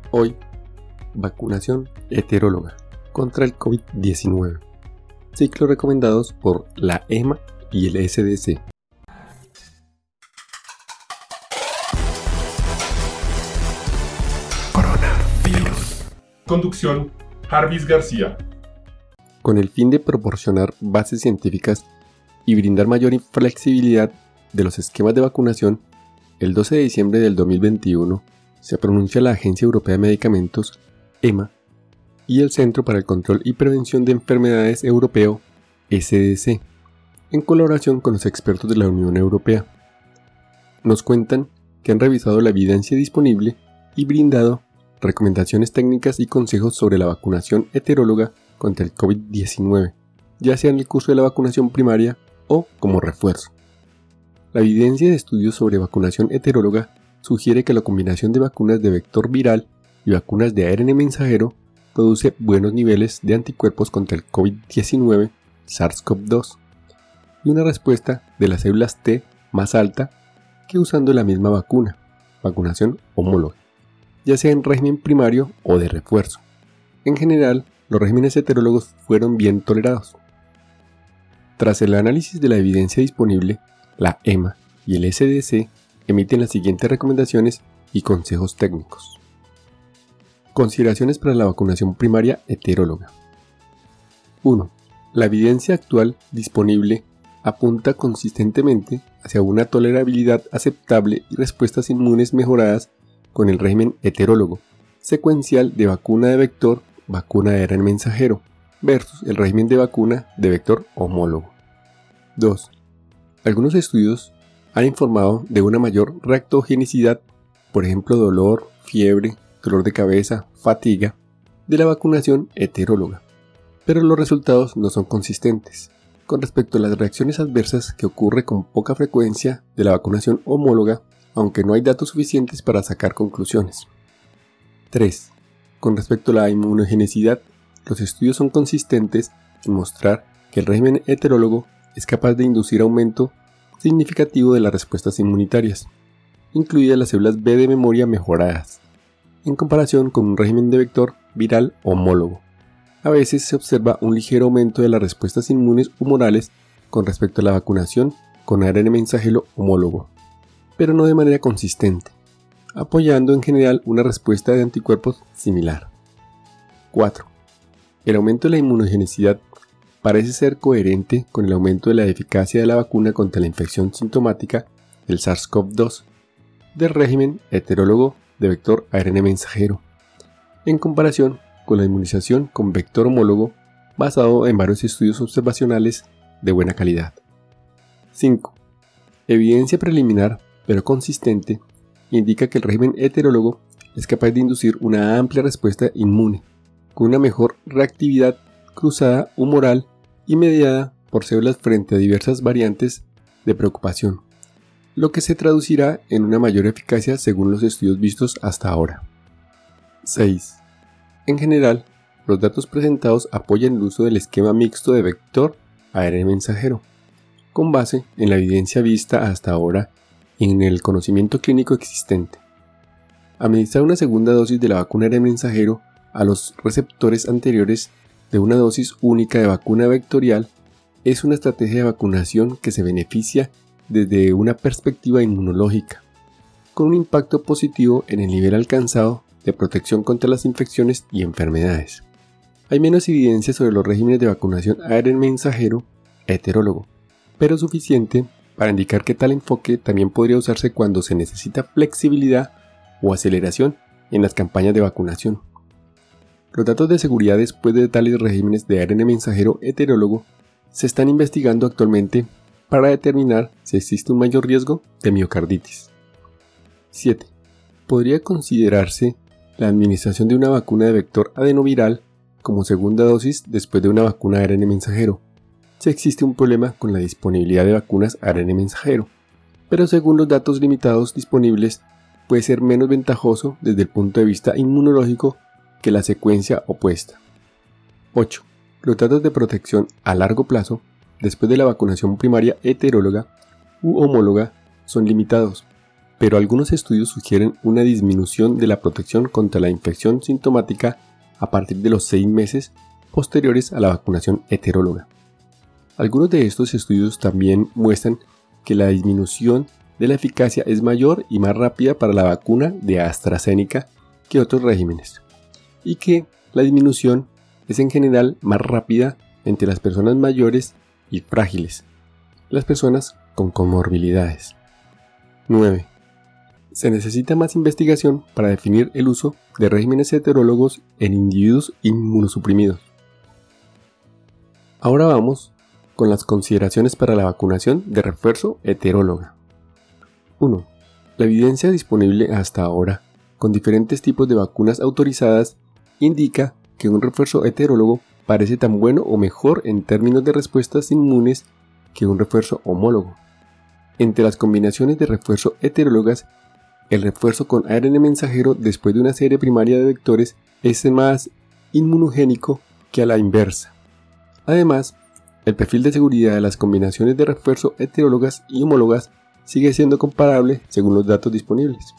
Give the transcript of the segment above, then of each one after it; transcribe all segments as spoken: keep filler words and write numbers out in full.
Hoy, vacunación heteróloga contra el COVID diecinueve. Ciclos recomendados por la E M A y el C D C. Coronavirus. Conducción: Jarvis García. Con el fin de proporcionar bases científicas y brindar mayor flexibilidad de los esquemas de vacunación, el doce de diciembre del dos mil veintiuno se pronuncia la Agencia Europea de Medicamentos, E M A, y el Centro para el Control y Prevención de Enfermedades Europeo, C D C, en colaboración con los expertos de la Unión Europea. Nos cuentan que han revisado la evidencia disponible y brindado recomendaciones técnicas y consejos sobre la vacunación heteróloga contra el COVID diecinueve, ya sea en el curso de la vacunación primaria o como refuerzo. La evidencia de estudios sobre vacunación heteróloga sugiere que la combinación de vacunas de vector viral y vacunas de A R N A mensajero produce buenos niveles de anticuerpos contra el COVID diecinueve SARS-CoV dos y una respuesta de las células T más alta que usando la misma vacuna, vacunación homóloga, ya sea en régimen primario o de refuerzo. En general, los regímenes heterólogos fueron bien tolerados. Tras el análisis de la evidencia disponible, la E M A y el C D C emiten las siguientes recomendaciones y consejos técnicos. Consideraciones para la vacunación primaria heteróloga. uno. La evidencia actual disponible apunta consistentemente hacia una tolerabilidad aceptable y respuestas inmunes mejoradas con el régimen heterólogo, secuencial de vacuna de vector, vacuna de A R N A mensajero, versus el régimen de vacuna de vector homólogo. dos. Algunos estudios han informado de una mayor reactogenicidad, por ejemplo dolor, fiebre, dolor de cabeza, fatiga, de la vacunación heteróloga, pero los resultados no son consistentes con respecto a las reacciones adversas que ocurre con poca frecuencia de la vacunación homóloga, aunque no hay datos suficientes para sacar conclusiones. tres. Con respecto a la inmunogenicidad, los estudios son consistentes en mostrar que el régimen heterólogo es capaz de inducir aumento significativo de las respuestas inmunitarias, incluidas las células B de memoria mejoradas, en comparación con un régimen de vector viral homólogo. A veces se observa un ligero aumento de las respuestas inmunes humorales con respecto a la vacunación con A R N A mensajero homólogo, pero no de manera consistente, apoyando en general una respuesta de anticuerpos similar. cuatro. El aumento de la inmunogenicidad parece ser coherente con el aumento de la eficacia de la vacuna contra la infección sintomática del SARS-CoV dos del régimen heterólogo de vector A R N A mensajero, en comparación con la inmunización con vector homólogo basado en varios estudios observacionales de buena calidad. cinco. Evidencia preliminar, pero consistente, indica que el régimen heterólogo es capaz de inducir una amplia respuesta inmune, con una mejor reactividad cruzada humoral y mediada por células frente a diversas variantes de preocupación, lo que se traducirá en una mayor eficacia según los estudios vistos hasta ahora. seis. En general, los datos presentados apoyan el uso del esquema mixto de vector A R N A mensajero, con base en la evidencia vista hasta ahora y en el conocimiento clínico existente. Administrar una segunda dosis de la vacuna A R N A mensajero a los receptores anteriores de una dosis única de vacuna vectorial es una estrategia de vacunación que se beneficia desde una perspectiva inmunológica, con un impacto positivo en el nivel alcanzado de protección contra las infecciones y enfermedades. Hay menos evidencia sobre los regímenes de vacunación A R N A mensajero heterólogo, pero suficiente para indicar que tal enfoque también podría usarse cuando se necesita flexibilidad o aceleración en las campañas de vacunación. Los datos de seguridad después de tales regímenes de A R N A mensajero heterólogo se están investigando actualmente para determinar si existe un mayor riesgo de miocarditis. siete. Podría considerarse la administración de una vacuna de vector adenoviral como segunda dosis después de una vacuna A R N A mensajero, si existe un problema con la disponibilidad de vacunas A R N A mensajero, pero según los datos limitados disponibles puede ser menos ventajoso desde el punto de vista inmunológico que la secuencia opuesta. ocho. Los datos de protección a largo plazo después de la vacunación primaria heteróloga u homóloga son limitados, pero algunos estudios sugieren una disminución de la protección contra la infección sintomática a partir de los seis meses posteriores a la vacunación heteróloga. Algunos de estos estudios también muestran que la disminución de la eficacia es mayor y más rápida para la vacuna de AstraZeneca que otros regímenes, y que la disminución es en general más rápida entre las personas mayores y frágiles, las personas con comorbilidades. nueve. Se necesita más investigación para definir el uso de regímenes heterólogos en individuos inmunosuprimidos. Ahora vamos con las consideraciones para la vacunación de refuerzo heteróloga. uno. La evidencia disponible hasta ahora con diferentes tipos de vacunas autorizadas indica que un refuerzo heterólogo parece tan bueno o mejor en términos de respuestas inmunes que un refuerzo homólogo. Entre las combinaciones de refuerzo heterólogas, el refuerzo con A R N mensajero después de una serie primaria de vectores es más inmunogénico que a la inversa. Además, el perfil de seguridad de las combinaciones de refuerzo heterólogas y homólogas sigue siendo comparable según los datos disponibles.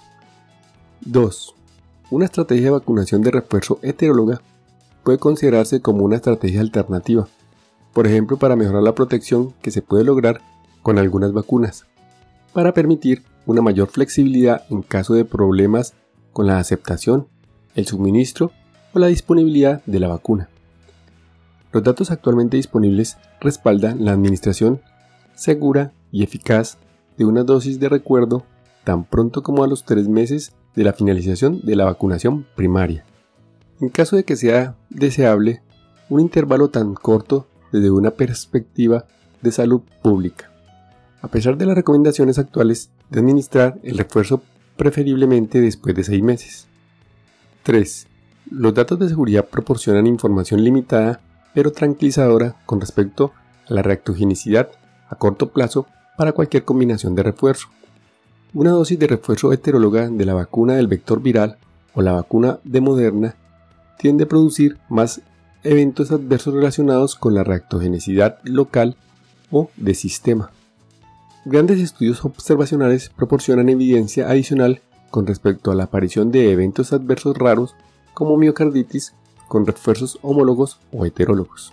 dos. Una estrategia de vacunación de refuerzo heteróloga puede considerarse como una estrategia alternativa, por ejemplo para mejorar la protección que se puede lograr con algunas vacunas, para permitir una mayor flexibilidad en caso de problemas con la aceptación, el suministro o la disponibilidad de la vacuna. Los datos actualmente disponibles respaldan la administración segura y eficaz de una dosis de recuerdo tan pronto como a los tres meses de la finalización de la vacunación primaria. En caso de que sea deseable, un intervalo tan corto desde una perspectiva de salud pública. A pesar de las recomendaciones actuales de administrar el refuerzo preferiblemente después de seis meses. tres. Los datos de seguridad proporcionan información limitada pero tranquilizadora con respecto a la reactogenicidad a corto plazo para cualquier combinación de refuerzo. Una dosis de refuerzo heteróloga de la vacuna del vector viral o la vacuna de Moderna tiende a producir más eventos adversos relacionados con la reactogenicidad local o de sistema. Grandes estudios observacionales proporcionan evidencia adicional con respecto a la aparición de eventos adversos raros como miocarditis con refuerzos homólogos o heterólogos.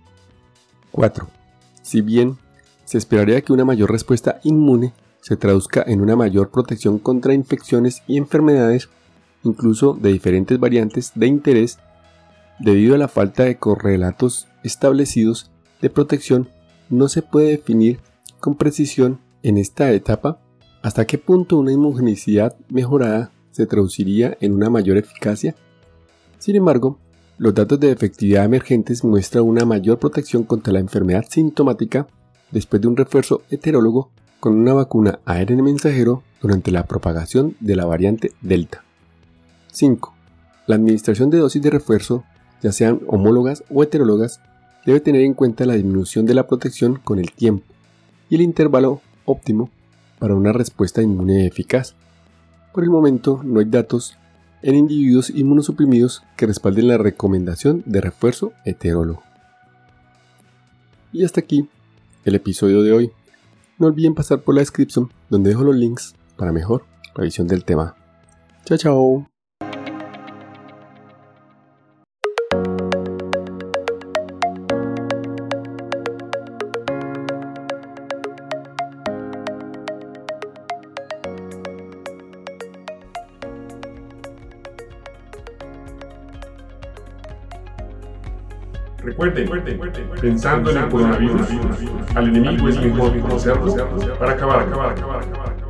cuatro. Si bien se esperaría que una mayor respuesta inmune se traduzca en una mayor protección contra infecciones y enfermedades, incluso de diferentes variantes de interés, debido a la falta de correlatos establecidos de protección, no se puede definir con precisión en esta etapa hasta qué punto una inmunogenicidad mejorada se traduciría en una mayor eficacia. Sin embargo, los datos de efectividad emergentes muestran una mayor protección contra la enfermedad sintomática después de un refuerzo heterólogo con una vacuna A R N mensajero durante la propagación de la variante Delta. cinco. La administración de dosis de refuerzo, ya sean homólogas o heterólogas, debe tener en cuenta la disminución de la protección con el tiempo y el intervalo óptimo para una respuesta inmune eficaz. Por el momento no hay datos en individuos inmunosuprimidos que respalden la recomendación de refuerzo heterólogo. Y hasta aquí el episodio de hoy. No olviden pasar por la descripción donde dejo los links para mejor revisión del tema. Chao, chao. Recuerden, pensando en el coronavirus, al enemigo es mejor conocerlo para acabar, acabar, acabar, acabar.